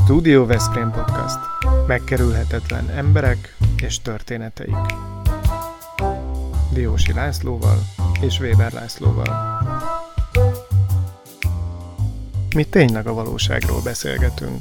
Studio Veszprém Podcast. Megkerülhetetlen emberek és történeteik. Diósi Lászlóval és Weber Lászlóval. Mi tényleg a valóságról beszélgetünk.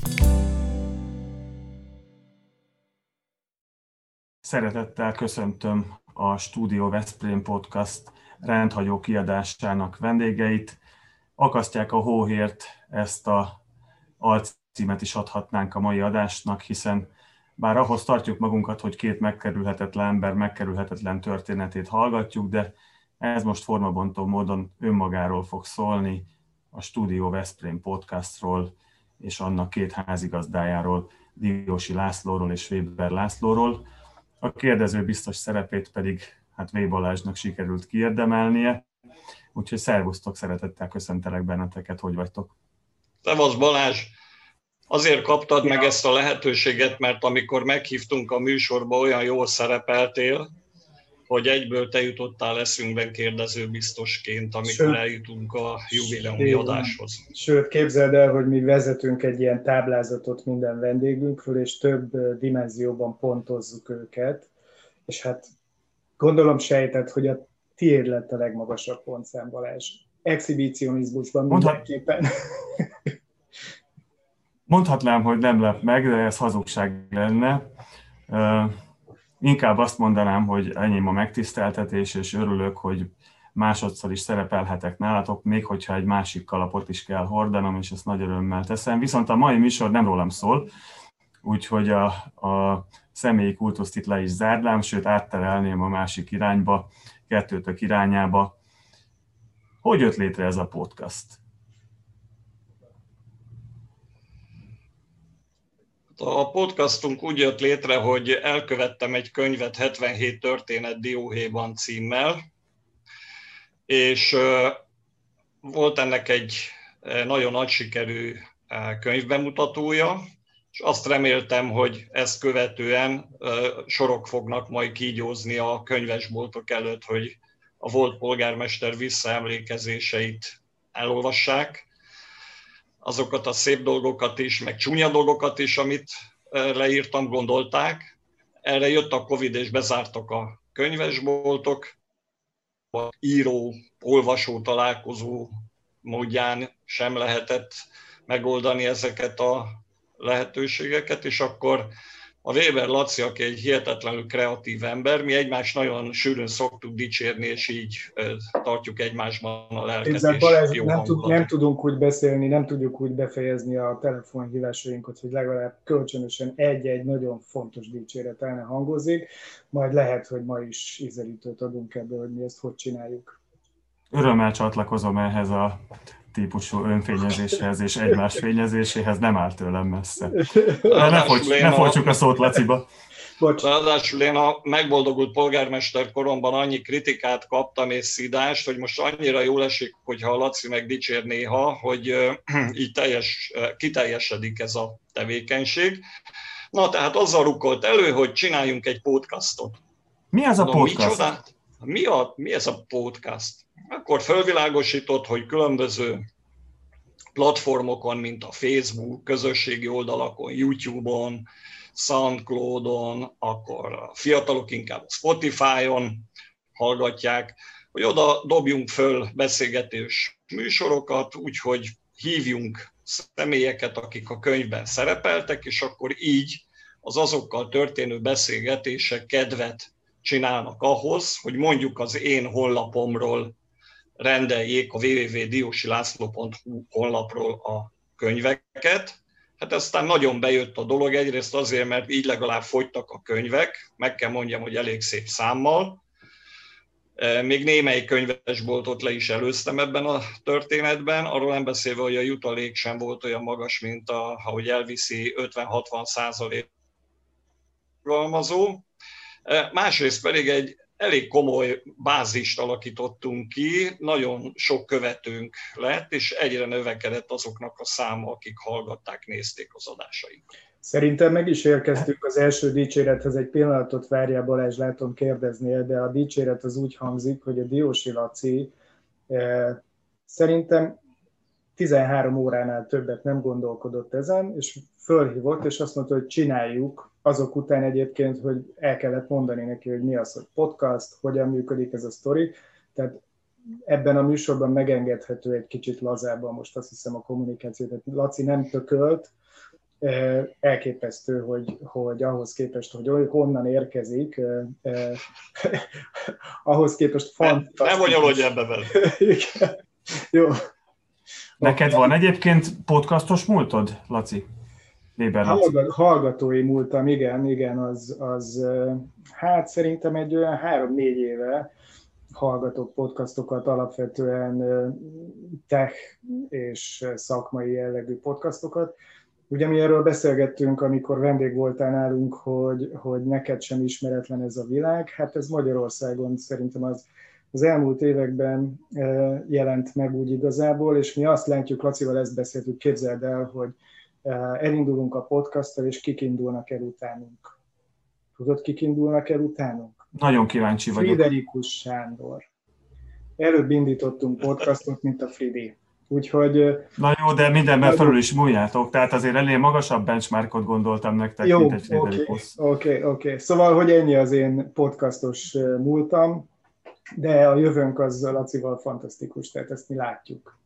Szeretettel köszöntöm a Studio Veszprém Podcast rendhagyó kiadásának vendégeit. Akasztják a hóhért, ezt a alcímet is adhatnánk a mai adásnak, hiszen bár ahhoz tartjuk magunkat, hogy két megkerülhetetlen ember megkerülhetetlen történetét hallgatjuk, de ez most formabontó módon önmagáról fog szólni, a Studio Veszprém Podcastról és annak két házigazdájáról, Diósi Lászlóról és Weber Lászlóról. A kérdező biztos szerepét pedig V. Balázsnak sikerült kiérdemelnie, úgyhogy szervusztok, szeretettel köszöntelek benneteket, hogy vagytok? Szevasz Balázs! Azért kaptad meg ezt a lehetőséget, mert amikor meghívtunk a műsorba, olyan jól szerepeltél, hogy egyből te jutottál eszünkben kérdezőbiztosként, amikor eljutunk a jubileumi adáshoz. Sőt, képzeld el, hogy mi vezetünk egy ilyen táblázatot minden vendégünkről, és több dimenzióban pontozzuk őket, és hát gondolom sejtett, hogy a tiéd lett a legmagasabb pontszám, Balázs. Exhibicionizmusban mindenképpen. Mondhatnám, hogy nem lep meg, de ez hazugság lenne. Inkább azt mondanám, hogy enyém a megtiszteltetés, és örülök, hogy másodszor is szerepelhetek nálatok, még hogyha egy másik kalapot is kell hordanom, és ezt nagy örömmel teszem. Viszont a mai műsor nem rólam szól, úgyhogy a személyi kultuszt itt le is zárnám, sőt átterelném a másik irányba, kettőtök irányába. Hogy jött létre ez a podcast? A podcastunk úgy jött létre, hogy elkövettem egy könyvet, 77 történet dióhéjban címmel, és volt ennek egy nagyon nagy sikerű könyvbemutatója, és azt reméltem, hogy ezt követően sorok fognak majd kígyózni a könyvesboltok előtt, hogy a volt polgármester visszaemlékezéseit elolvassák, azokat a szép dolgokat is, meg csúnya dolgokat is, amit leírtam, gondolták. Erre jött a Covid, és bezártak a könyvesboltok. A író-olvasó találkozó módján sem lehetett megoldani ezeket a lehetőségeket, és akkor a Weber Laci, aki egy hihetetlenül kreatív ember, mi egymást nagyon sűrűn szoktuk dicsérni, és így tartjuk egymásban a lelket és Balázs, jó hangulatot. Nem tudunk úgy beszélni, nem tudjuk úgy befejezni a telefonhívásainkat, hogy legalább kölcsönösen egy-egy nagyon fontos dicséret el ne hangozik, majd lehet, hogy ma is ízelítőt adunk ebből, hogy mi ezt hogy csináljuk. Örömmel csatlakozom ehhez a típusú önfényezéshez és egymás fényezéséhez, nem áll tőlem messze. Ne folytsuk a szót Laciba. Ráadásul én a megboldogult polgármester koromban annyi kritikát kaptam és szídást, hogy most annyira jól esik, hogyha a Laci megdicsér néha, hogy így kiteljesedik ez a tevékenység. Na, tehát azzal rukkolt elő, hogy csináljunk egy podcastot. Mi ez a podcast? Mi ez a podcast? Akkor fölvilágosított, hogy különböző platformokon, mint a Facebook, közösségi oldalakon, YouTube-on, SoundCloud-on, akkor a fiatalok inkább a Spotify-on hallgatják, hogy oda dobjunk föl beszélgetős műsorokat, úgyhogy hívjunk személyeket, akik a könyvben szerepeltek, és akkor így az azokkal történő beszélgetések kedvet csinálnak ahhoz, hogy mondjuk az én honlapomról rendeljék a www.diosilászló.hu honlapról a könyveket. Hát aztán nagyon bejött a dolog, egyrészt azért, mert így legalább fogytak a könyvek, meg kell mondjam, hogy elég szép számmal. Még némelyik könyvesboltot le is előztem ebben a történetben, arról nem beszélve, hogy a jutalék sem volt olyan magas, mint ahogy elviszi 50-60% programozó. Másrészt pedig egy elég komoly bázist alakítottunk ki, nagyon sok követőnk lett, és egyre növekedett azoknak a száma, akik hallgatták, nézték az adásainkat. Szerintem meg is érkeztünk az első dicsérethez, egy pillanatot várjál, Balázs, látom kérdeznél, de a dicséret az úgy hangzik, hogy a Diósi Laci szerintem 13 óránál többet nem gondolkodott ezen, és fölhívott, és azt mondta, hogy csináljuk, azok után egyébként, hogy el kellett mondani neki, hogy mi az, hogy podcast, hogyan működik ez a sztori. Tehát ebben a műsorban megengedhető egy kicsit lazábban most azt hiszem a kommunikáció. Tehát Laci nem tökölt, elképesztő, hogy ahhoz képest, hogy honnan érkezik, ahhoz képest fantasztikus. Nem bonyolodj ebbe vele. Jó. Neked van egyébként podcastos múltod, Laci? Hallgatói múltam, igen, az hát szerintem egy olyan 3-4 éve hallgatok podcastokat, alapvetően tech és szakmai jellegű podcastokat. Ugye mi erről beszélgettünk, amikor vendég voltál nálunk, hogy neked sem ismeretlen ez a világ. Hát ez Magyarországon szerintem az elmúlt években jelent meg úgy igazából, és mi azt látjuk, Lacival ezt beszéltük, képzeld el, hogy elindulunk a podcasttal, és kik indulnak el utánunk. Tudod, kik indulnak el utánunk? Nagyon kíváncsi vagyok. Friderikus Sándor. Előbb indítottunk podcastot, mint a Fridi. Úgyhogy... Na jó, de mindenben felül is múljátok, tehát azért ennél magasabb benchmarkot gondoltam nektek, jó, mint egy Friderikus. Oké. Szóval, hogy ennyi az én podcastos múltam, de a jövőnk az Lacival fantasztikus, tehát ezt mi látjuk.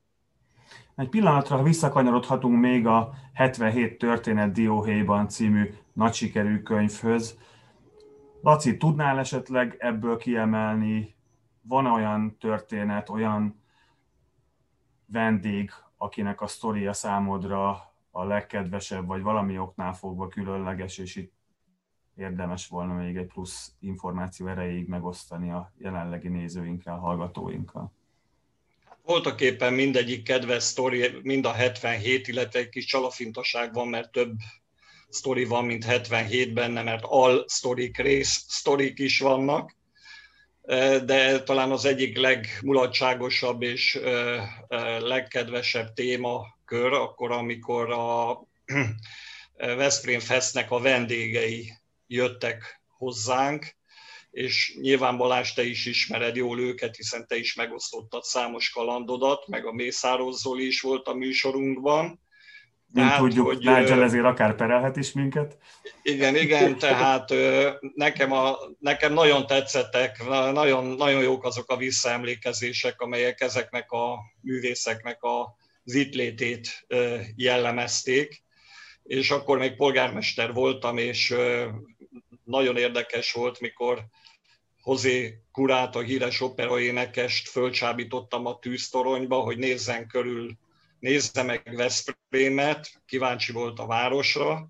Egy pillanatra, ha visszakanyarodhatunk még a 77 történet Dióhéjban című nagy sikerű könyvhöz. Laci, tudnál esetleg ebből kiemelni, van olyan történet, olyan vendég, akinek a sztoria számodra a legkedvesebb, vagy valami oknál fogva különleges, és itt érdemes volna még egy plusz információ erejéig megosztani a jelenlegi nézőinkkel, hallgatóinkkal? Voltak éppen mindegyik kedves sztori, mind a 77, illetve egy kis csalafintaság van, mert több sztori van, mint 77 benne, mert al-sztorik, rész-sztorik is vannak, de talán az egyik legmulatságosabb és legkedvesebb témakör, akkor, amikor a Veszprém Festnek a vendégei jöttek hozzánk, és nyilván Balázs, te is ismered jól őket, hiszen te is megosztottad számos kalandodat, meg a Mészáros Zoli is volt a műsorunkban. Mint tudjuk, Nigel ezért akár perelhet is minket. Igen, tehát nekem nagyon tetszettek, nagyon jók azok a visszaemlékezések, amelyek ezeknek a művészeknek az itt létét jellemezték. És akkor még polgármester voltam, és nagyon érdekes volt, mikor José Curát, a híres operaénekest fölcsábítottam a tűztoronyba, hogy nézze meg Veszprémet, kíváncsi volt a városra.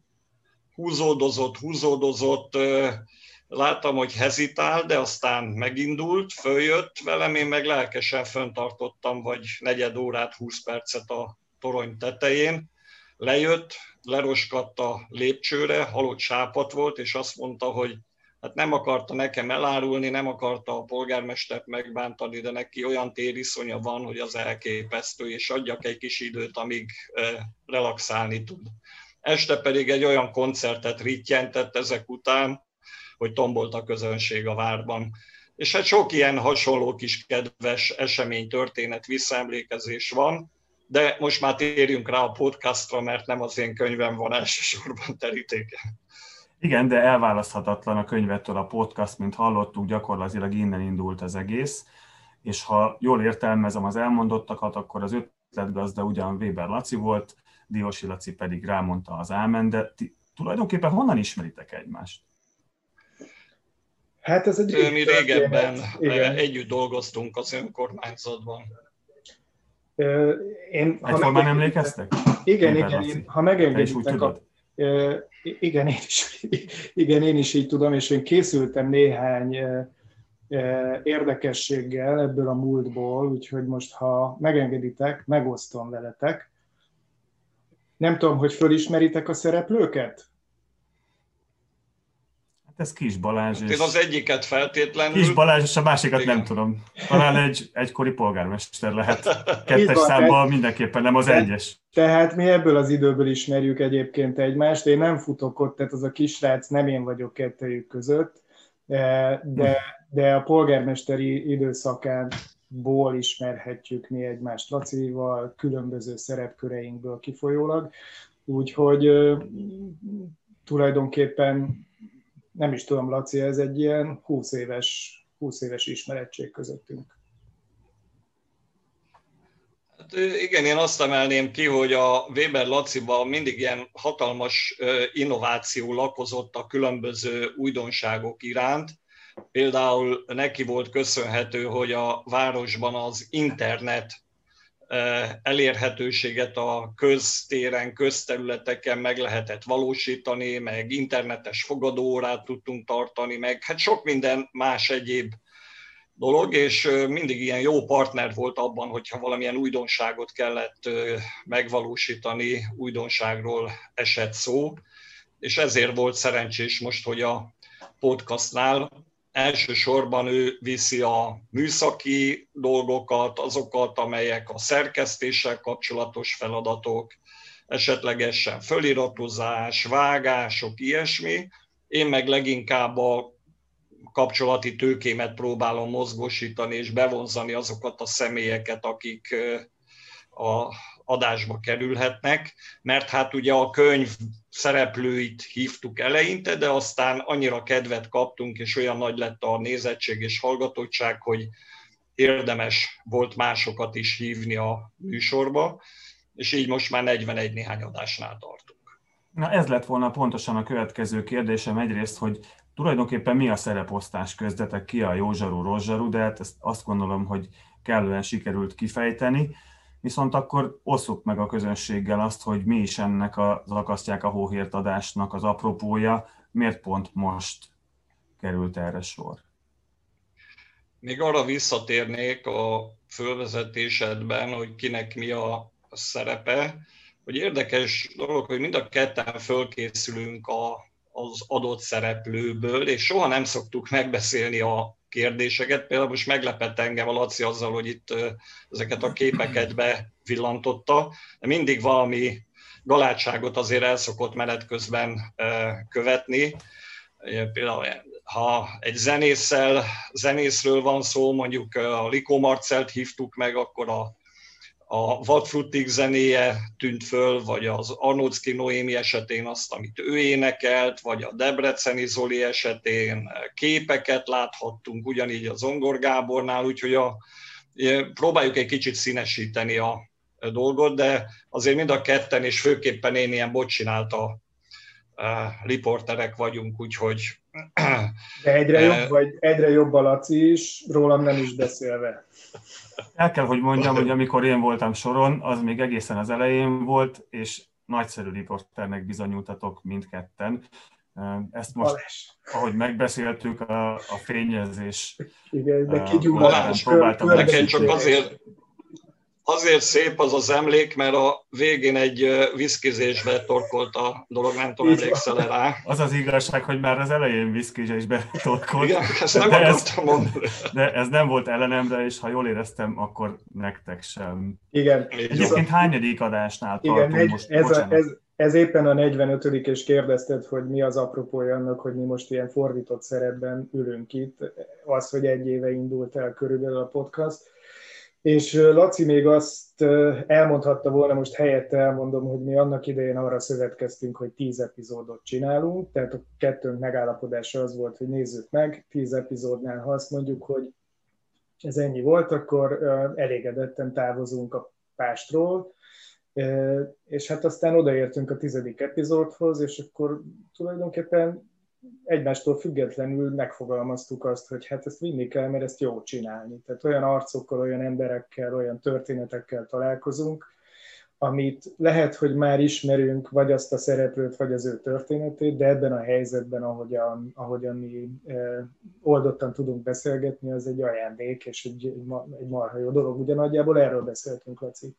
Húzódozott, láttam, hogy hezitál, de aztán megindult, följött velem, én meg lelkesen fenntartottam, vagy 4 órát, 20 percet a torony tetején. Lejött, leroskadt a lépcsőre, halott sápadt volt, és azt mondta, hogy hát nem akarta nekem elárulni, nem akarta a polgármestert megbántani, de neki olyan tériszonya van, hogy az elképesztő, és adjak egy kis időt, amíg relaxálni tud. Este pedig egy olyan koncertet rittyentett ezek után, hogy tombolt a közönség a várban. És hát sok ilyen hasonló kis kedves esemény, történet, visszaemlékezés van, de most már térjünk rá a podcastra, mert nem az én könyvem van elsősorban terítéken. Igen, de elválaszthatatlan a könyvettől a podcast, mint hallottuk, gyakorlatilag innen indult az egész, és ha jól értelmezem az elmondottakat, akkor az ötletgazda ugyan Weber Laci volt, Diósi Laci pedig rámondta az ámen, de ti tulajdonképpen honnan ismeritek egymást? Hát ez egy mi régebben együtt dolgoztunk az önkormányzatban. Egyformán emlékeztek? Igen, ha megengeditek, én is így tudom, és én készültem néhány érdekességgel ebből a múltból, úgyhogy most, ha megengeditek, megosztom veletek. Nem tudom, hogy fölismeritek a szereplőket? Ez Kis Balázs. Én az egyiket feltétlenül. Kis Balázs, és a másikat igen. Nem tudom. Talán egy egykori polgármester lehet. 2-es számban mindenképpen nem az 1-es. Tehát mi ebből az időből ismerjük egyébként egymást. Én nem futok ott, tehát az a kisrác nem én vagyok kettejük között, de a polgármesteri időszakán podcastból ismerhetjük mi egymást Lacival, különböző szerepköreinkből kifolyólag. Úgyhogy tulajdonképpen nem is tudom, Laci, ez egy ilyen 20 éves ismerettség közöttünk. Hát igen, én azt emelném ki, hogy a Weber Laciban mindig ilyen hatalmas innováció lakozott a különböző újdonságok iránt. Például neki volt köszönhető, hogy a városban az internet elérhetőséget a köztéren, közterületeken meg lehetett valósítani, meg internetes fogadóórát tudtunk tartani, meg hát sok minden más egyéb dolog, és mindig ilyen jó partner volt abban, hogyha valamilyen újdonságot kellett megvalósítani, újdonságról esett szó, és ezért volt szerencsés most, hogy a podcastnál elsősorban ő viszi a műszaki dolgokat, azokat, amelyek a szerkesztéssel kapcsolatos feladatok, esetlegesen föliratozás, vágások, ilyesmi. Én meg leginkább a kapcsolati tőkémet próbálom mozgósítani és bevonzani azokat a személyeket, akik a adásba kerülhetnek, mert hát ugye a könyv szereplőit hívtuk eleinte, de aztán annyira kedvet kaptunk, és olyan nagy lett a nézettség és hallgatottság, hogy érdemes volt másokat is hívni a műsorba, és így most már 41 néhány adásnál tartunk. Na ez lett volna pontosan a következő kérdésem egyrészt, hogy tulajdonképpen mi a szereposztás köztetek, ki a jó zsaru, rossz zsaru, de hát ezt azt gondolom, hogy kellően sikerült kifejteni. Viszont akkor osszuk meg a közönséggel azt, hogy mi is ennek az Akasztják a Hóhért adásnak az apropója, miért pont most került erre sor. Még arra visszatérnék a fölvezetésedben, hogy kinek mi a szerepe, hogy érdekes dolog, hogy mind a ketten fölkészülünk az adott szereplőből, és soha nem szoktuk megbeszélni a kérdéseket. Például most meglepett engem a Laci azzal, hogy itt ezeket a képeket bevillantotta, de mindig valami galátságot azért el szokott menet közben követni. Például ha egy zenészről van szó, mondjuk a Likó Marcellt hívtuk meg, akkor a Vadfruttig zenéje tűnt föl, vagy az Arnóczky Noémi esetén azt, amit ő énekelt, vagy a Debreceni Zoli esetén képeket láthattunk, ugyanígy a Zongor Gábornál, úgyhogy próbáljuk egy kicsit színesíteni a dolgot, de azért mind a ketten, és főképpen én ilyen botcsinálta riporterek vagyunk, úgyhogy... De egyre jobb a Laci is, rólam nem is beszélve. El kell, hogy mondjam, hogy amikor én voltam soron, az még egészen az elején volt, és nagyszerű riporternek bizonyultatok mindketten. Ezt most, ahogy megbeszéltük, a fényezés... Igen, de próbáltam. Neked csak azért szép az az emlék, mert a végén egy viszkizésbe torkolt a dolog, nem tudom, emlékszel rá. Az az igazság, hogy már az elején viszkizésbe torkolt. Igen, ezt nem akartam mondani. De ez nem volt ellenemre, és ha jól éreztem, akkor nektek sem. Igen. Egyébként hányadik adásnál tartunk igen, most? Ez éppen a 45. és kérdezted, hogy mi az apropója annak, hogy mi most ilyen fordított szerepben ülünk itt. Az, hogy egy éve indult el körülbelül a podcast. És Laci még azt elmondhatta volna, most helyette elmondom, hogy mi annak idején arra szövetkeztünk, hogy 10 epizódot csinálunk, tehát a kettőnk megállapodása az volt, hogy nézzük meg, 10 epizódnál, ha azt mondjuk, hogy ez ennyi volt, akkor elégedetten távozunk a pástról, és hát aztán odaértünk a 10. epizódhoz, és akkor tulajdonképpen egymástól függetlenül megfogalmaztuk azt, hogy hát ezt vinni kell, mert ezt jó csinálni. Tehát olyan arcokkal, olyan emberekkel, olyan történetekkel találkozunk, amit lehet, hogy már ismerünk, vagy azt a szereplőt, vagy az ő történetét, de ebben a helyzetben, ahogyan mi oldottan tudunk beszélgetni, az egy ajándék, és egy marha jó dolog. Ugye nagyjából erről beszéltünk, Laci.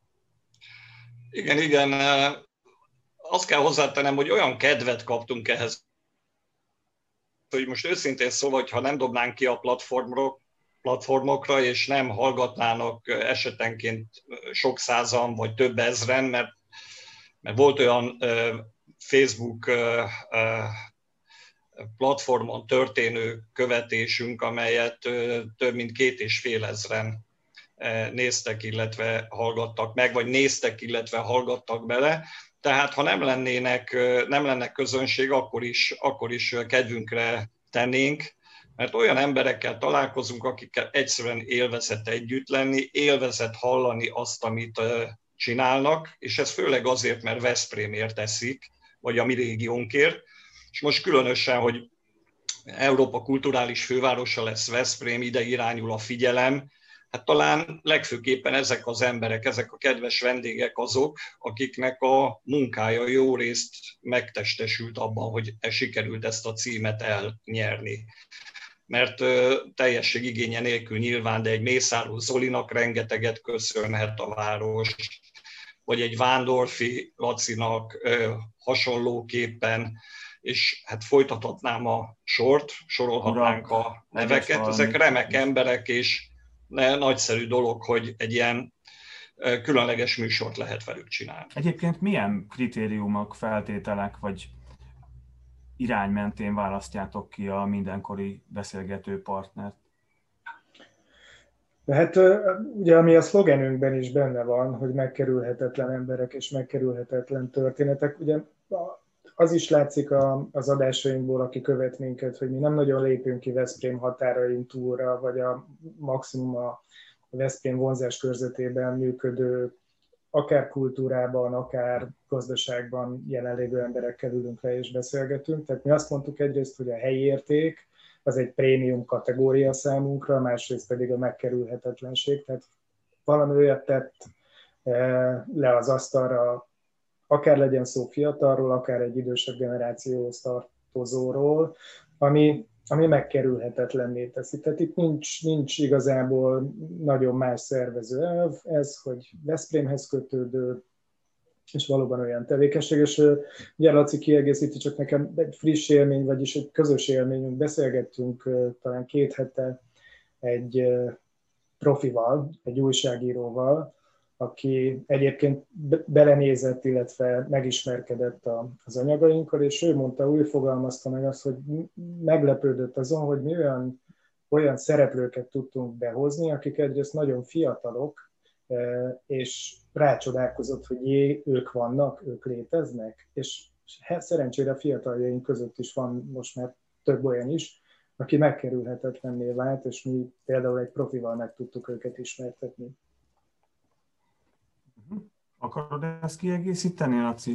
Igen. Azt kell hozzátennem, hogy olyan kedvet kaptunk ehhez, hogy most őszintén szóval, hogy ha nem dobnánk ki a platformokra, és nem hallgatnának esetenként sok százan, vagy több ezren, mert volt olyan Facebook platformon történő követésünk, amelyet több mint 2,5 ezren néztek, illetve hallgattak meg, vagy néztek, illetve hallgattak bele. Tehát ha nem lenne közönség, akkor is kedvünkre tennénk, mert olyan emberekkel találkozunk, akikkel egyszerűen élvezet együtt lenni, élvezet hallani azt, amit csinálnak, és ez főleg azért, mert Veszprémért teszik, vagy a mi régiónkért. És most különösen, hogy Európa kulturális fővárosa lesz Veszprém, ide irányul a figyelem, hát talán legfőképpen ezek az emberek, ezek a kedves vendégek azok, akiknek a munkája jó részt megtestesült abban, hogy sikerült ezt a címet elnyerni. Mert teljesség igénye nélkül nyilván, de egy Mészáros Zolinak rengeteget köszönhet a város, vagy egy Vándorfi Lacinak hasonlóképpen, és hát folytathatnám a sort, sorolhatnánk a neveket. Ezek remek emberek, és nagyszerű dolog, hogy egy ilyen különleges műsort lehet velük csinálni. Egyébként milyen kritériumok, feltételek vagy irány mentén választjátok ki a mindenkori beszélgető partnert? Hát ugye ami a szlogenünkben is benne van, hogy megkerülhetetlen emberek és megkerülhetetlen történetek, ugye az is látszik az adásainkból, aki követ minket, hogy mi nem nagyon lépünk ki Veszprém határain túlra, vagy a maximum a Veszprém vonzás körzetében működő, akár kultúrában, akár gazdaságban jelenlévő emberekkel ülünk le és beszélgetünk. Tehát mi azt mondtuk egyrészt, hogy a helyi érték az egy prémium kategória számunkra, másrészt pedig a megkerülhetetlenség. Tehát valami olyat tett le az asztalra, akár legyen szó fiatalról, akár egy idősebb generációhoz tartozóról, ami megkerülhetetlenné teszi. Tehát itt nincs igazából nagyon más szervező elv, ez, hogy Veszprémhez kötődő, és valóban olyan tevékenység, és ugye Laci kiegészíti, csak nekem egy friss élmény, vagyis egy közös élményünk, beszélgettünk talán 2 hete egy profival, egy újságíróval, aki egyébként belenézett, illetve megismerkedett az anyagainkkal, és ő fogalmazta meg azt, hogy meglepődött azon, hogy mi olyan szereplőket tudtunk behozni, akik egyrészt nagyon fiatalok, és rácsodálkozott, hogy ők vannak, ők léteznek, és szerencsére a fiataljaink között is van most már több olyan is, aki megkerülhetetlenné vált, és mi például egy profival meg tudtuk őket ismertetni. Akarod ezt kiegészíteni, Laci?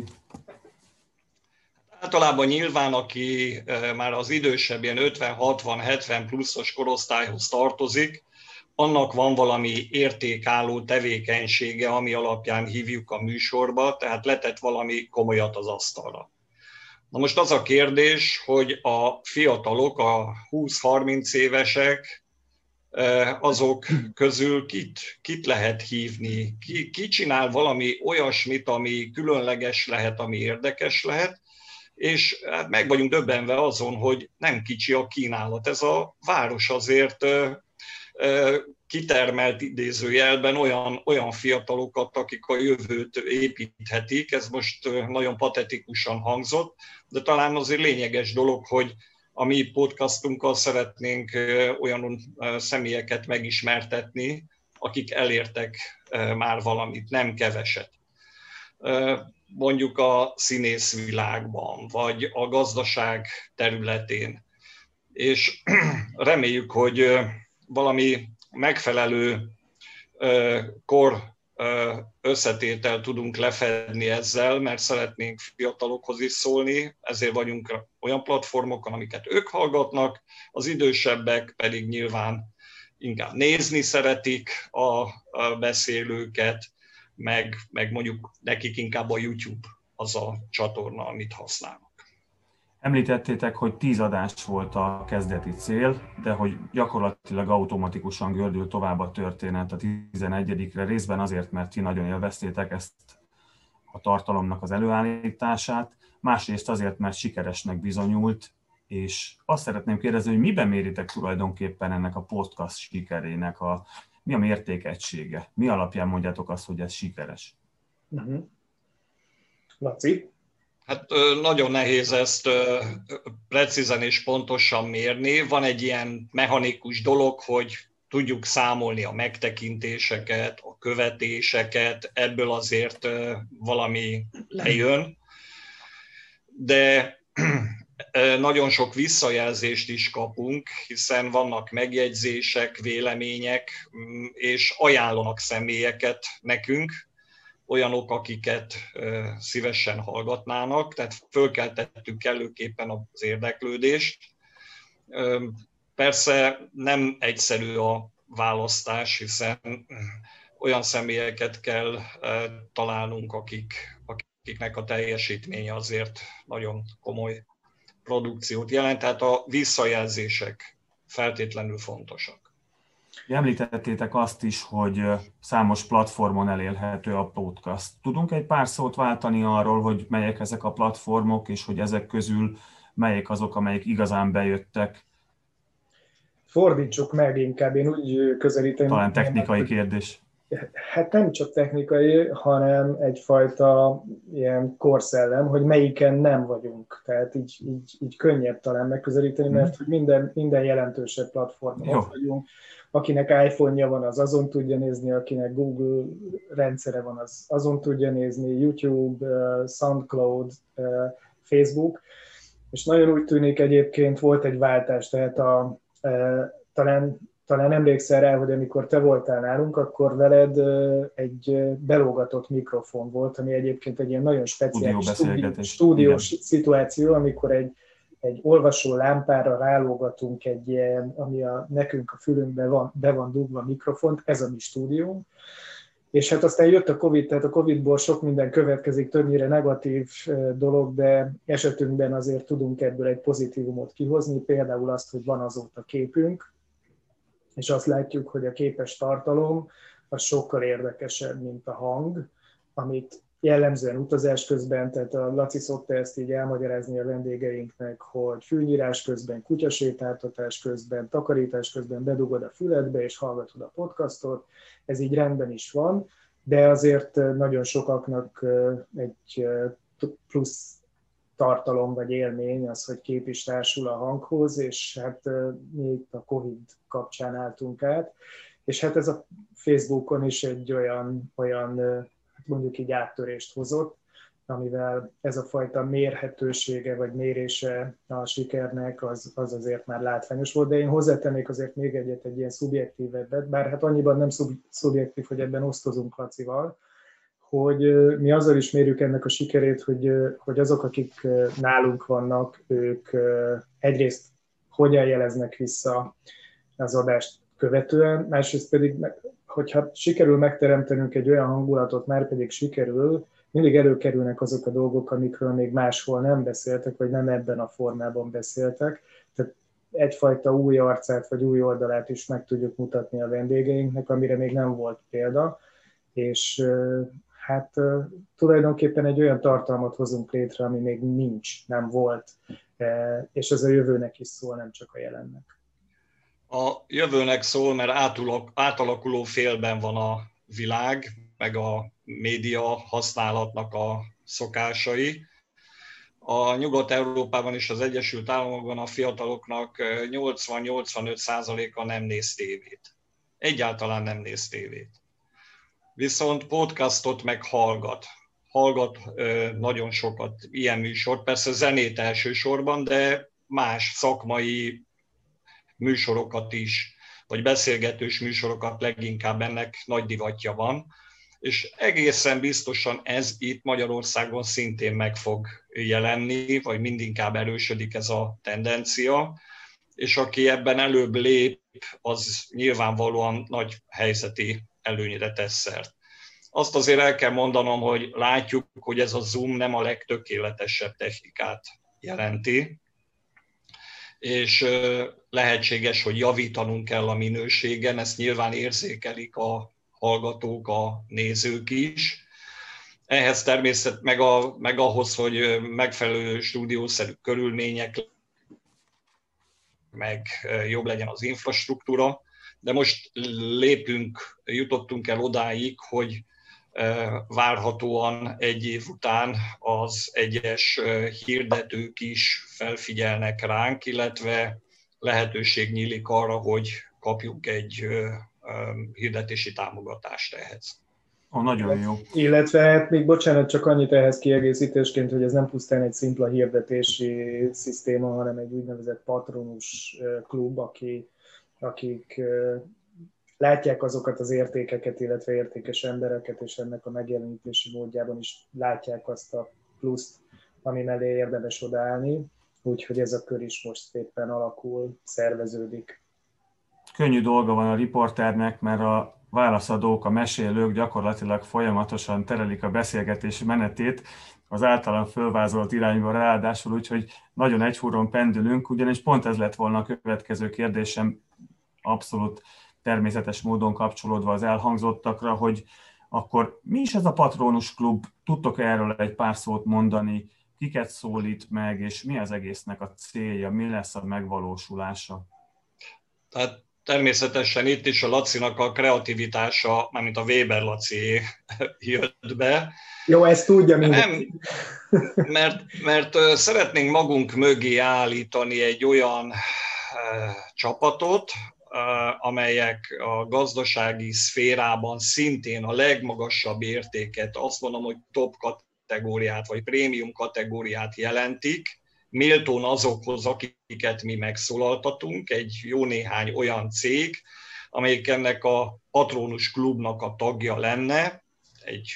Általában nyilván, aki már az idősebb, ilyen 50-60-70 pluszos korosztályhoz tartozik, annak van valami értékálló tevékenysége, ami alapján hívjuk a műsorba, tehát letett valami komolyat az asztalra. Na most az a kérdés, hogy a fiatalok, a 20-30 évesek, azok közül kit lehet hívni, ki csinál valami olyasmit, ami különleges lehet, ami érdekes lehet, és meg vagyunk döbbenve azon, hogy nem kicsi a kínálat. Ez a város azért kitermelt idézőjelben olyan fiatalokat, akik a jövőt építhetik. Ez most nagyon patetikusan hangzott, de talán azért lényeges dolog, hogy a mi podcastunkkal szeretnénk olyan személyeket megismertetni, akik elértek már valamit, nem keveset. Mondjuk a színészvilágban, vagy a gazdaság területén. És reméljük, hogy valami megfelelő kor összetétel tudunk lefedni ezzel, mert szeretnénk fiatalokhoz is szólni, ezért vagyunk olyan platformokon, amiket ők hallgatnak, az idősebbek pedig nyilván inkább nézni szeretik a beszélőket, meg mondjuk nekik inkább a YouTube az a csatorna, amit használnak. Említettétek, hogy 10 adás volt a kezdeti cél, de hogy gyakorlatilag automatikusan gördül tovább a történet a 11-re, részben azért, mert ti nagyon élveztétek ezt a tartalomnak az előállítását, másrészt azért, mert sikeresnek bizonyult, és azt szeretném kérdezni, hogy miben méritek tulajdonképpen ennek a podcast sikerének, mi a mértékegysége? Mi alapján mondjátok azt, hogy ez sikeres? Laci? Hát nagyon nehéz ezt precízen és pontosan mérni. Van egy ilyen mechanikus dolog, hogy tudjuk számolni a megtekintéseket, a követéseket, ebből azért valami lejön, de nagyon sok visszajelzést is kapunk, hiszen vannak megjegyzések, vélemények, és ajánlanak személyeket nekünk, olyanok, akiket szívesen hallgatnának, tehát fölkeltettük kellőképpen az érdeklődést. Persze nem egyszerű a választás, hiszen olyan személyeket kell találnunk, akiknek a teljesítménye azért nagyon komoly produkciót jelent, tehát a visszajelzések feltétlenül fontosak. Említettétek azt is, hogy számos platformon elérhető a podcast. Tudunk egy pár szót váltani arról, hogy melyek ezek a platformok, és hogy ezek közül melyek azok, amelyek igazán bejöttek? Fordítsuk meg inkább, én úgy közelítem. Talán technikai kérdés. Hát nem csak technikai, hanem egyfajta ilyen korszellem, hogy melyiken nem vagyunk. Tehát így könnyebb talán megközelíteni, mert hogy minden jelentősebb platformon ott vagyunk. Akinek iPhone-ja van, az azon tudja nézni, akinek Google rendszere van, az azon tudja nézni, YouTube, SoundCloud, Facebook. És nagyon úgy tűnik egyébként volt egy váltás, tehát talán emlékszel rá, hogy amikor te voltál nálunk, akkor veled egy belógatott mikrofon volt, ami egyébként egy ilyen nagyon speciális stúdiós szituáció, amikor egy olvasó lámpára rálógatunk egy ilyen, ami nekünk a fülünkbe be van dugva mikrofont, ez a mi stúdiónk. És hát aztán jött a Covid, tehát a Covid-ból sok minden következik, többnyire negatív dolog, de esetünkben azért tudunk ebből egy pozitívumot kihozni, például azt, hogy van azóta képünk, és azt látjuk, hogy a képes tartalom az sokkal érdekesebb, mint a hang, amit jellemzően utazás közben, tehát a Laci szokta ezt így elmagyarázni a vendégeinknek, hogy fűnyírás közben, kutyasétáltatás közben, takarítás közben bedugod a füledbe és hallgatod a podcastot, ez így rendben is van, de azért nagyon sokaknak egy plusz tartalom vagy élmény az, hogy kép is társul a hanghoz, és hát mi itt a Covid kapcsán álltunk át, és hát ez a Facebookon is egy olyan mondjuk így áttörést hozott, amivel ez a fajta mérhetősége vagy mérése a sikernek az azért már látványos volt, de én hozzátennék azért még egy ilyen szubjektívebbet, bár hát annyiban nem szubjektív, hogy ebben osztozunk Lacival, hogy mi azzal is mérjük ennek a sikerét, hogy azok, akik nálunk vannak, ők egyrészt hogyan jeleznek vissza az adást követően, másrészt pedig, hogyha sikerül megteremtenünk egy olyan hangulatot, már pedig sikerül, mindig előkerülnek azok a dolgok, amikről még máshol nem beszéltek, vagy nem ebben a formában beszéltek. Tehát egyfajta új arcát, vagy új oldalát is meg tudjuk mutatni a vendégeinknek, amire még nem volt példa, és hát tulajdonképpen egy olyan tartalmat hozunk létre, ami még nincs, nem volt, és ez a jövőnek is szól, nem csak a jelennek. A jövőnek szól, mert átalakuló félben van a világ, meg a média használatnak a szokásai. A Nyugat-Európában és az Egyesült Államokban a fiataloknak 80-85%-a nem néz tévét. Egyáltalán nem néz tévét. Viszont podcastot meg hallgat nagyon sokat ilyen műsort, persze zenét elsősorban, de más szakmai műsorokat is, vagy beszélgetős műsorokat leginkább ennek nagy divatja van, és egészen biztosan ez itt Magyarországon szintén meg fog jelenni, vagy mindinkább erősödik ez a tendencia, és aki ebben előbb lép, az nyilvánvalóan nagy helyzeti előnyre tesz szert. Azt azért el kell mondanom, hogy látjuk, hogy ez a Zoom nem a legtökéletesebb technikát jelenti, és lehetséges, hogy javítanunk kell a minőségen, ezt nyilván érzékelik a hallgatók, a nézők is. Ehhez természetesen, meg ahhoz, hogy megfelelő stúdiószerű körülmények, meg jobb legyen az infrastruktúra, de most jutottunk el odáig, hogy várhatóan egy év után az egyes hirdetők is felfigyelnek ránk, illetve lehetőség nyílik arra, hogy kapjuk egy hirdetési támogatást ehhez. Nagyon jó. Illetve hát még bocsánat, csak annyit ehhez kiegészítésként, hogy ez nem pusztán egy szimpla hirdetési szisztéma, hanem egy úgynevezett patronus klub, akik látják azokat az értékeket, illetve értékes embereket, és ennek a megjelenítési módjában is látják azt a pluszt, ami mellé érdemes odaállni. Úgyhogy ez a kör is most szépen alakul, szerveződik. Könnyű dolga van a riporternek, mert a válaszadók, a mesélők gyakorlatilag folyamatosan terelik a beszélgetés menetét az általán fölvázolt irányba ráadásul, úgyhogy nagyon egyhúron pendülünk, ugyanis pont ez lett volna a következő kérdésem, abszolút természetes módon kapcsolódva az elhangzottakra, hogy akkor mi is ez a Patronus Klub? Tudtok erről egy pár szót mondani? Kiket szólít meg, és mi az egésznek a célja? Mi lesz a megvalósulása? Tehát természetesen itt is a Lacinak a kreativitása, mármint a Weber Laci jött be. Jó, ezt tudja mindenki. Mert szeretnénk magunk mögé állítani egy olyan csapatot, amelyek a gazdasági szférában szintén a legmagasabb értéket, azt mondom, hogy top kategóriát, vagy prémium kategóriát jelentik, méltón azokhoz, akiket mi megszólaltatunk, egy jó néhány olyan cég, amelyik ennek a Patronus Klubnak a tagja lenne, egy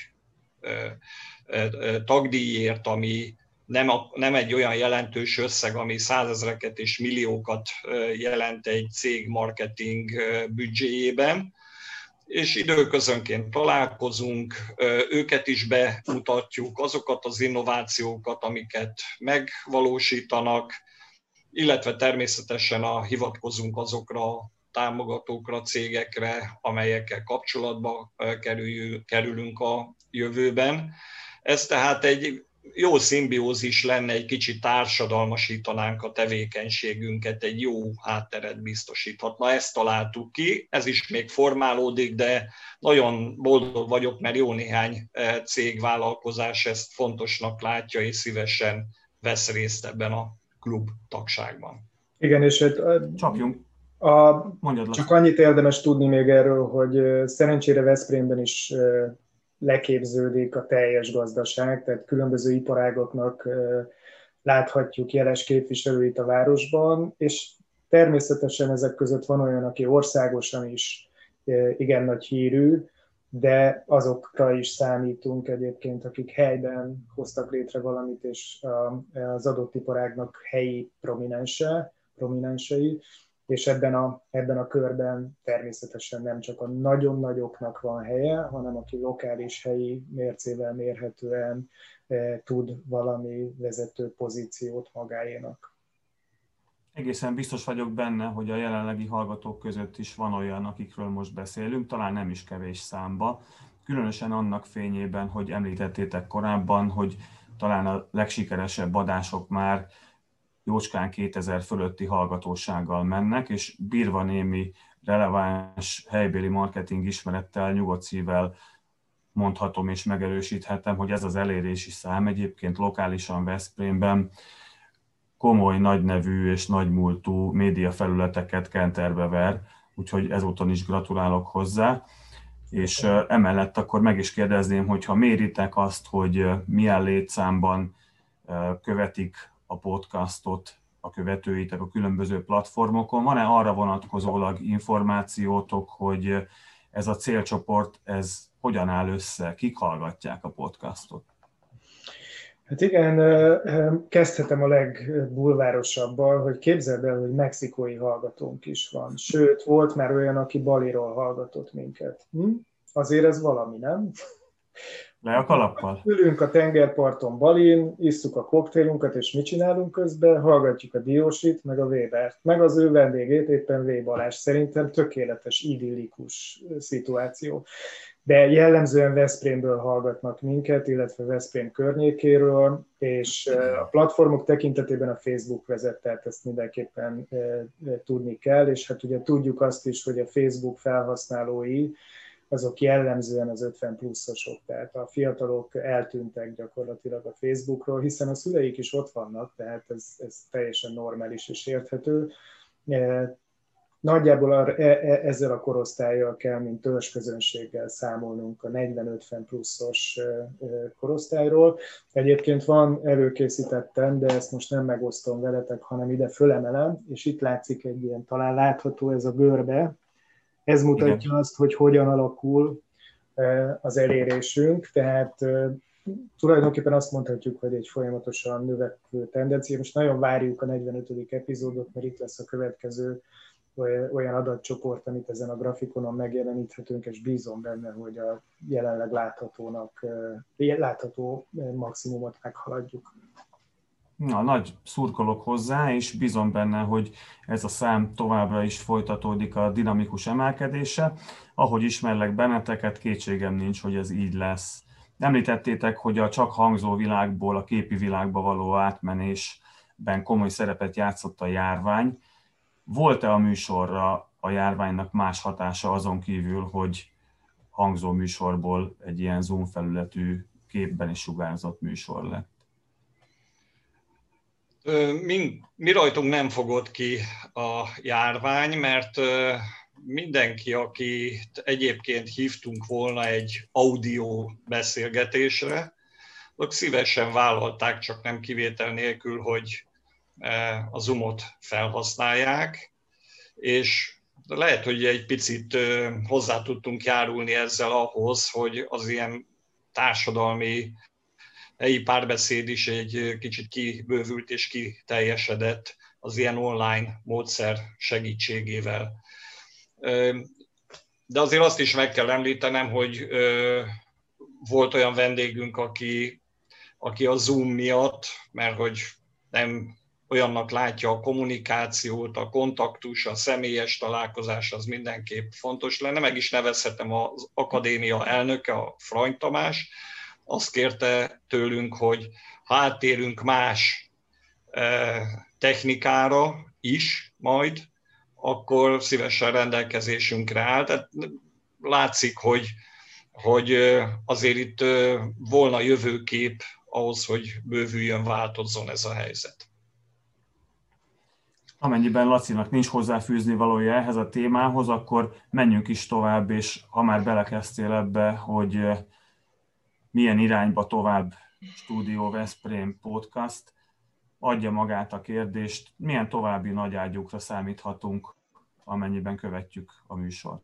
tagdíjért, ami nem egy olyan jelentős összeg, ami százezreket és milliókat jelent egy cég marketing büdzséjében, és időközönként találkozunk, őket is bemutatjuk, azokat az innovációkat, amiket megvalósítanak, illetve természetesen hivatkozunk azokra a támogatókra, cégekre, amelyekkel kapcsolatba kerülünk a jövőben. Ez tehát egy jó szimbiózis lenne, egy kicsit társadalmasítanánk a tevékenységünket, egy jó hátteret biztosíthatna. Ezt találtuk ki, ez is még formálódik, de nagyon boldog vagyok, mert jó néhány cégvállalkozás ezt fontosnak látja, és szívesen vesz részt ebben a klub tagságban. Igen, és Csapjunk. Csak annyit érdemes tudni még erről, hogy szerencsére Veszprémben is leképződik a teljes gazdaság, tehát különböző iparágoknak láthatjuk jeles képviselőit a városban, és természetesen ezek között van olyan, aki országosan is igen nagy hírű, de azokra is számítunk egyébként, akik helyben hoztak létre valamit, és az adott iparágnak helyi prominensei, és ebben a körben természetesen nem csak a nagyon nagyoknak van helye, hanem aki lokális, helyi mércével mérhetően tud valami vezető pozíciót magáénak. Egészen biztos vagyok benne, hogy a jelenlegi hallgatók között is van olyan, akikről most beszélünk, talán nem is kevés számba, különösen annak fényében, hogy említettétek korábban, hogy talán a legsikeresebb adások már jócskán 2000 fölötti hallgatósággal mennek, és bírva némi releváns helybéli marketing ismerettel, nyugodt szívvel mondhatom és megerősíthetem, hogy ez az elérési szám egyébként lokálisan Veszprémben komoly, nagynevű és nagymúltú médiafelületeket kenterbe ver, úgyhogy ezúton is gratulálok hozzá. És emellett akkor meg is kérdezném, hogyha méritek azt, hogy milyen létszámban követik a podcastot a követőitek a különböző platformokon. Van-e arra vonatkozólag információtok, hogy ez a célcsoport, ez hogyan áll össze? Kik hallgatják a podcastot? Hát igen, kezdhetem a legbulvárosabbal, hogy képzeld el, hogy mexikói hallgatónk is van. Sőt, volt már olyan, aki Baliról hallgatott minket. Azért ez valami, nem? Le a kalappal. Ülünk a tengerparton Balin, isszuk a koktélunkat, és mit csinálunk közben? Hallgatjuk a Diósit, meg a Webert, meg az ő vendégét, éppen V. Balázs. Szerintem tökéletes, idillikus szituáció. De jellemzően Veszprémből hallgatnak minket, illetve Veszprém környékéről, és a platformok tekintetében a Facebook vezet, tehát ezt mindenképpen tudni kell, és hát ugye tudjuk azt is, hogy a Facebook felhasználói azok jellemzően az 50 pluszosok, tehát a fiatalok eltűntek gyakorlatilag a Facebookról, hiszen a szüleik is ott vannak, tehát ez teljesen normális és érthető. Nagyjából ezzel a korosztállyal kell, mint törzsközönséggel számolnunk a 40-50 pluszos korosztályról. Egyébként van, előkészítettem, de ezt most nem megosztom veletek, hanem ide fölemelem, és itt látszik egy ilyen, talán látható ez a görbe. Ez mutatja Igen. azt, hogy hogyan alakul az elérésünk, tehát tulajdonképpen azt mondhatjuk, hogy egy folyamatosan növekvő tendencia. Most nagyon várjuk a 45. epizódot, mert itt lesz a következő olyan adatcsoport, amit ezen a grafikonon megjeleníthetünk, és bízom benne, hogy a jelenleg látható maximumot meghaladjuk. Na, nagy szurkolok hozzá, és bízom benne, hogy ez a szám továbbra is folytatódik a dinamikus emelkedése. Ahogy ismerlek benneteket, kétségem nincs, hogy ez így lesz. Említettétek, hogy a csak hangzó világból a képi világba való átmenésben komoly szerepet játszott a járvány. Volt-e a műsorra a járványnak más hatása azon kívül, hogy hangzó műsorból egy ilyen Zoom felületű képben is sugárzott műsor lett? Mi rajtunk nem fogott ki a járvány, mert mindenki, akit egyébként hívtunk volna egy audio beszélgetésre, azok szívesen vállalták, csak nem kivétel nélkül, hogy a Zoomot felhasználják, és lehet, hogy egy picit hozzá tudtunk járulni ezzel ahhoz, hogy az ilyen társadalmi helyi párbeszéd is egy kicsit kibővült és kiteljesedett az ilyen online módszer segítségével. De azért azt is meg kell említenem, hogy volt olyan vendégünk, aki a Zoom miatt, mert hogy nem olyannak látja a kommunikációt, a kontaktus, a személyes találkozás, az mindenképp fontos lenne. Meg is nevezhetem az akadémia elnöke, a Frany Tamás. Azt kérte tőlünk, hogy ha áttérünk más technikára is majd, akkor szívesen rendelkezésünkre áll. Tehát látszik, hogy azért itt volna jövőkép ahhoz, hogy bővüljön, változzon ez a helyzet. Amennyiben Lacinak nincs hozzáfűzni valója ehhez a témához, akkor menjünk is tovább, és ha már belekezdtél ebbe, hogy milyen irányba tovább Stúdió Veszprém podcast, adja magát a kérdést, milyen további nagyágyúkra számíthatunk, amennyiben követjük a műsort?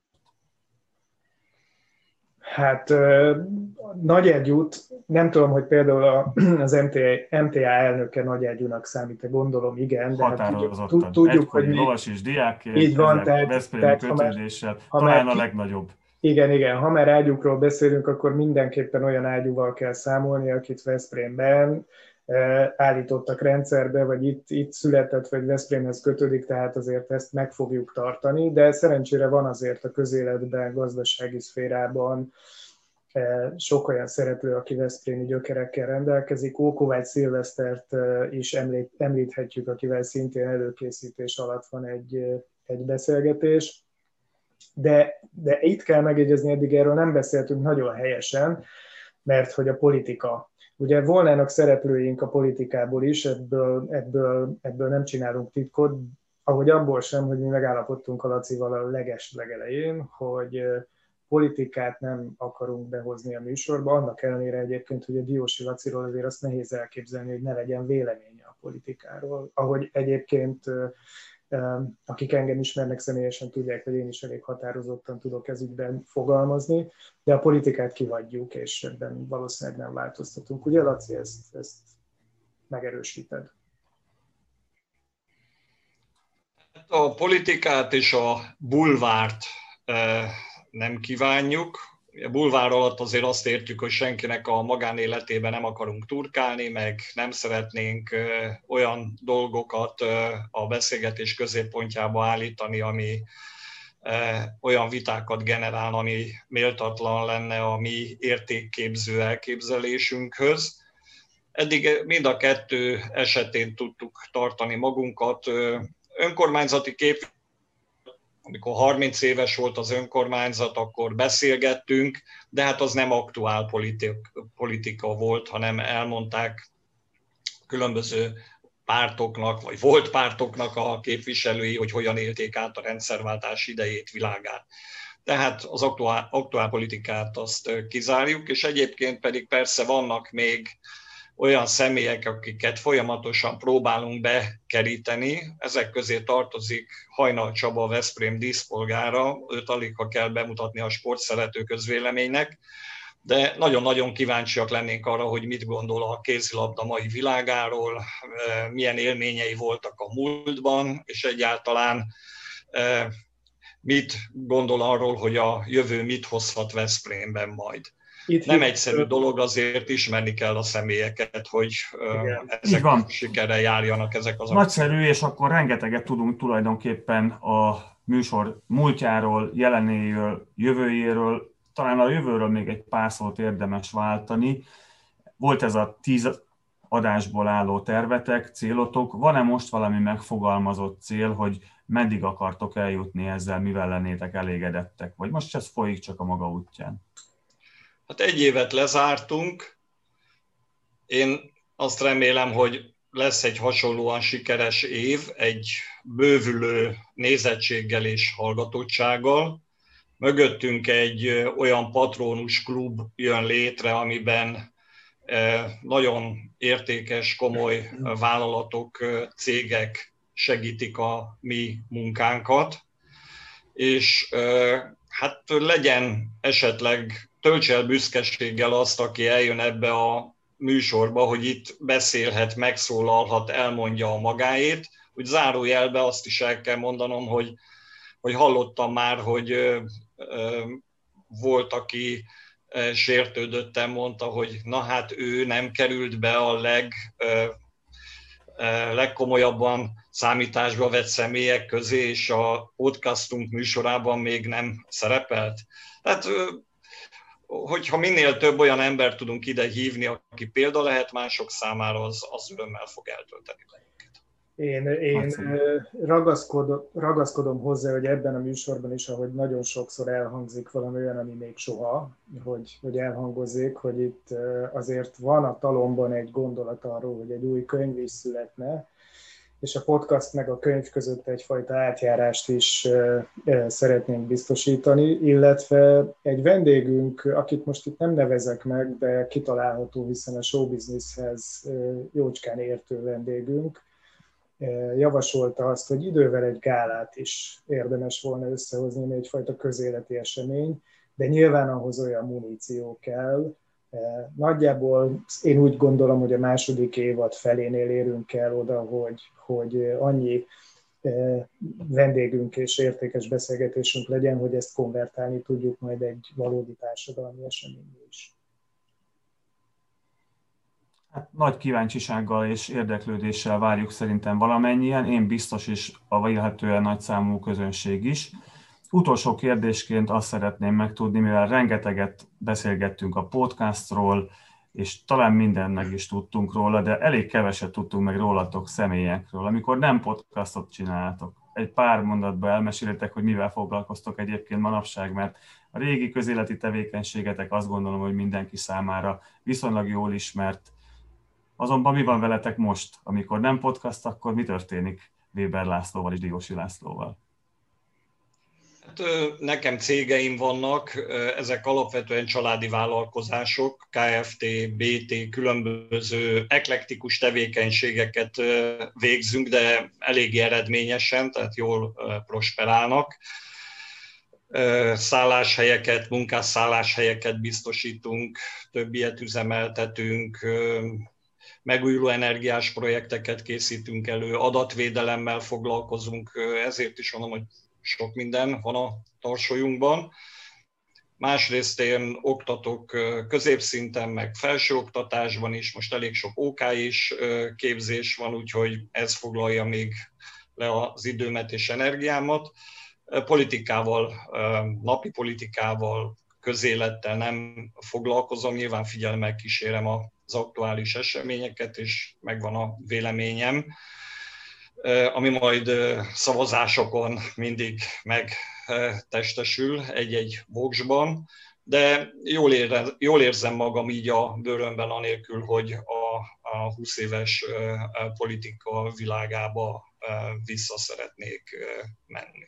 Hát nagyágyút, nem tudom, hogy például az MTA elnöke nagyágyúnak számít, gondolom igen, de határozottan. Hát tudjuk, hogy lovas és diákként, így van, veszprémi kötődéssel, talán a legnagyobb. Igen, ha már ágyúkról beszélünk, akkor mindenképpen olyan ágyúval kell számolni, akit Veszprémben állítottak rendszerbe, vagy itt született, vagy Veszprémhez kötődik, tehát azért ezt meg fogjuk tartani, de szerencsére van azért a közéletben, gazdasági szférában sok olyan szereplő, aki veszprémi gyökerekkel rendelkezik. Ókovács Szilvesztert is említhetjük, akivel szintén előkészítés alatt van egy beszélgetés. De itt kell megjegyezni, eddig erről nem beszéltünk nagyon helyesen, mert hogy a politika. Ugye volnának szereplőink a politikából is, ebből nem csinálunk titkot, ahogy abból sem, hogy mi megállapodtunk a Lacival a legelején, hogy politikát nem akarunk behozni a műsorba, annak ellenére egyébként, hogy a Diósi Laciról azért azt nehéz elképzelni, hogy ne legyen véleménye a politikáról. Ahogy egyébként akik engem ismernek személyesen, tudják, hogy én is elég határozottan tudok ez ügyben fogalmazni, de a politikát kihagyjuk, és ebben valószínűleg nem változtatunk. Ugye, Laci, ezt megerősíted? A politikát és a bulvárt nem kívánjuk. A bulvár alatt azért azt értjük, hogy senkinek a magánéletében nem akarunk turkálni, meg nem szeretnénk olyan dolgokat a beszélgetés középpontjába állítani, ami olyan vitákat generál, ami méltatlan lenne a mi értékképző elképzelésünkhöz. Eddig mind a kettő esetén tudtuk tartani magunkat. Önkormányzati amikor 30 éves volt az önkormányzat, akkor beszélgettünk, de hát az nem aktuál politika volt, hanem elmondták különböző pártoknak, vagy volt pártoknak a képviselői, hogy hogyan élték át a rendszerváltás idejét, világát. Tehát az aktuál politikát azt kizárjuk, és egyébként pedig persze vannak még olyan személyek, akiket folyamatosan próbálunk bekeríteni. Ezek közé tartozik Hajnal Csaba, a Veszprém díszpolgára, őt alig ha kell bemutatni a sportszerető közvéleménynek, de nagyon-nagyon kíváncsiak lennénk arra, hogy mit gondol a kézilabda mai világáról, milyen élményei voltak a múltban, és egyáltalán mit gondol arról, hogy a jövő mit hozhat Veszprémben majd. Nem egyszerű dolog, azért ismerni kell a személyeket, hogy ezek sikerrel járjanak ezek az Nagyszerű, és akkor rengeteget tudunk tulajdonképpen a műsor múltjáról, jelenéről, jövőjéről, talán a jövőről még egy pár szót érdemes váltani. Volt ez a 10 adásból álló tervetek, célotok. Van-e most valami megfogalmazott cél, hogy meddig akartok eljutni ezzel, mivel lennétek elégedettek? Vagy most ez folyik csak a maga útján? Hát 1 évet lezártunk. Én azt remélem, hogy lesz egy hasonlóan sikeres év, egy bővülő nézettséggel és hallgatottsággal. Mögöttünk egy olyan patronus klub jön létre, amiben nagyon értékes, komoly vállalatok, cégek segítik a mi munkánkat, és hát legyen esetleg, töltse el büszkeséggel azt, aki eljön ebbe a műsorba, hogy itt beszélhet, megszólalhat, elmondja a magáét. Úgy zárójelbe azt is el kell mondanom, hogy hallottam már, hogy volt, aki sértődötten mondta, hogy na hát ő nem került be a legkomolyabban számításba vett személyek közé, és a podcastunk műsorában még nem szerepelt. Tehát, hogyha minél több olyan embert tudunk ide hívni, aki példa lehet mások számára, az örömmel fog eltölteni bennünket. Én ragaszkodom hozzá, hogy ebben a műsorban is, ahogy nagyon sokszor elhangzik valami olyan, ami még soha, hogy elhangozzék, hogy itt azért van a talomban egy gondolat arról, hogy egy új könyv is születne, és a podcast meg a könyv között egyfajta átjárást is szeretnénk biztosítani, illetve egy vendégünk, akit most itt nem nevezek meg, de kitalálható, hiszen a showbusinesshez jócskán értő vendégünk, javasolta azt, hogy idővel egy gálát is érdemes volna összehozni, egyfajta közéleti esemény, de nyilván ahhoz olyan muníció kell. Nagyjából én úgy gondolom, hogy a második évad felénél érünk el oda, hogy annyi vendégünk és értékes beszélgetésünk legyen, hogy ezt konvertálni tudjuk majd egy valódi társadalmi eseményre is. Hát nagy kíváncsisággal és érdeklődéssel várjuk szerintem valamennyien, én biztos is, a vélhetően nagy számú közönség is. Utolsó kérdésként azt szeretném megtudni, mivel rengeteget beszélgettünk a podcastról, és talán mindent meg is tudtunk róla, de elég keveset tudtunk meg rólatok személyekről. Amikor nem podcastot csináltok, egy pár mondatban elmesélitek, hogy mivel foglalkoztok egyébként manapság, mert a régi közéleti tevékenységetek azt gondolom, hogy mindenki számára viszonylag jól ismert. Azonban mi van veletek most? Amikor nem podcast, akkor mi történik Weber Lászlóval és Diósi Lászlóval? Hát, nekem cégeim vannak, ezek alapvetően családi vállalkozások, Kft., BT, különböző eklektikus tevékenységeket végzünk, de eléggé eredményesen, tehát jól prosperálnak. Szálláshelyeket, munkásszálláshelyeket biztosítunk, több ilyet üzemeltetünk, megújuló energiás projekteket készítünk elő, adatvédelemmel foglalkozunk, ezért is mondom, hogy sok minden van a tarsolyunkban. Másrészt én oktatok középszinten, meg felsőoktatásban is, most elég sok OK is képzés van, úgyhogy ez foglalja még le az időmet és energiámat. Politikával, napi politikával, közélettel nem foglalkozom, nyilván figyelemmel kísérem az aktuális eseményeket, és megvan a véleményem. ami majd szavazásokon mindig megtestesül egy-egy voksban, de jól érzem magam így a bőrömben, anélkül, hogy a 20 éves politika világába vissza szeretnék menni.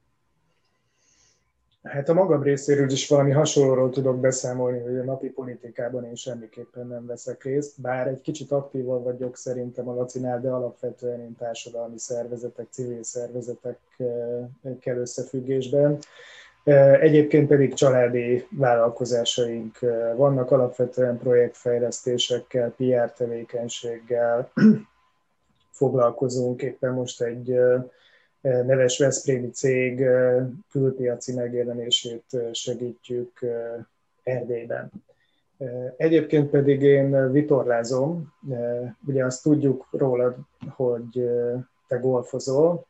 Hát a magam részéről is valami hasonlóról tudok beszámolni, hogy a napi politikában én semmiképpen nem veszek részt, bár egy kicsit aktívan vagyok szerintem a Lacinál, de alapvetően én társadalmi szervezetek, civil szervezetekkel összefüggésben. Egyébként pedig családi vállalkozásaink vannak, alapvetően projektfejlesztésekkel, PR tevékenységgel foglalkozunk. Éppen most egy neves veszprémi cég külpiaci megjelenését segítjük Erdélyben. Egyébként pedig én vitorlázom, ugye azt tudjuk rólad, hogy te golfozol.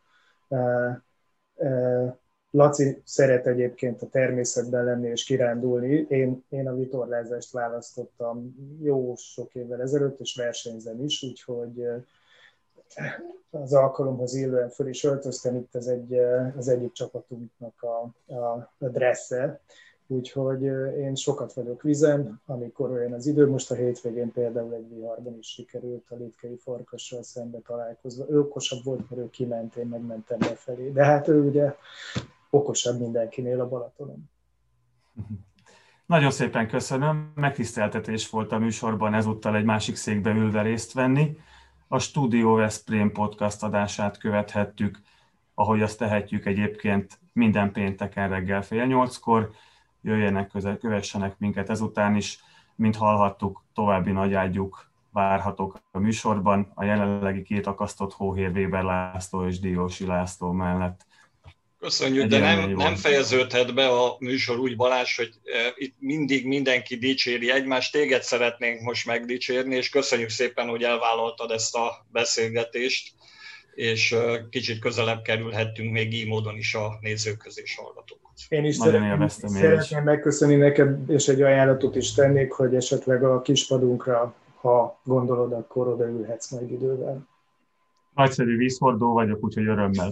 Laci szeret egyébként a természetben lenni és kirándulni. Én a vitorlázást választottam jó sok évvel ezelőtt, és versenyzem is, úgyhogy az alkalomhoz illően föl is öltöztem, itt az egyik csapatunknak a dressze, úgyhogy én sokat vagyok vizen, amikor olyan az idő. Most a hétvégén például egy viharban is sikerült a Litkei Farkassal szembe találkozva. Ő okosabb volt, mert ő kiment, én megmentem befelé. De hát ő ugye okosabb mindenkinél a Balatonon. Nagyon szépen köszönöm, megtiszteltetés volt a műsorban ezúttal egy másik székbe ülve részt venni. A Studio Veszprém podcast adását követhettük, ahogy azt tehetjük egyébként minden pénteken reggel 7:30-kor. Jöjjenek kövessenek minket ezután is, mint hallhattuk, további nagyágyúk várhatók a műsorban, a jelenlegi 2 akasztott hóhér Weber László és Diósi László mellett. Köszönjük, de nem fejeződhet be a műsor úgy, Balázs, hogy itt mindig mindenki dicséri egymást, téged szeretnénk most megdicsérni, és köszönjük szépen, hogy elvállaltad ezt a beszélgetést, és kicsit közelebb kerülhettünk még így módon is a nézőkhöz és hallgatókhoz. Én is szeretném megköszönni neked, és egy ajánlatot is tennék, hogy esetleg a kispadunkra, ha gondolod, akkor odaülhetsz majd idővel. Nagyszerű vízhordó vagyok, úgyhogy örömmel.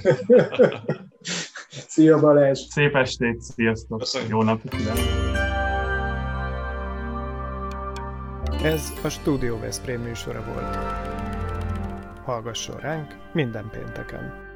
Szia Balázs! Szép estét, sziasztok! Köszönjük. Jó napot kívánok! Ez a Studio Veszprém műsora volt. Hallgasson ránk minden pénteken!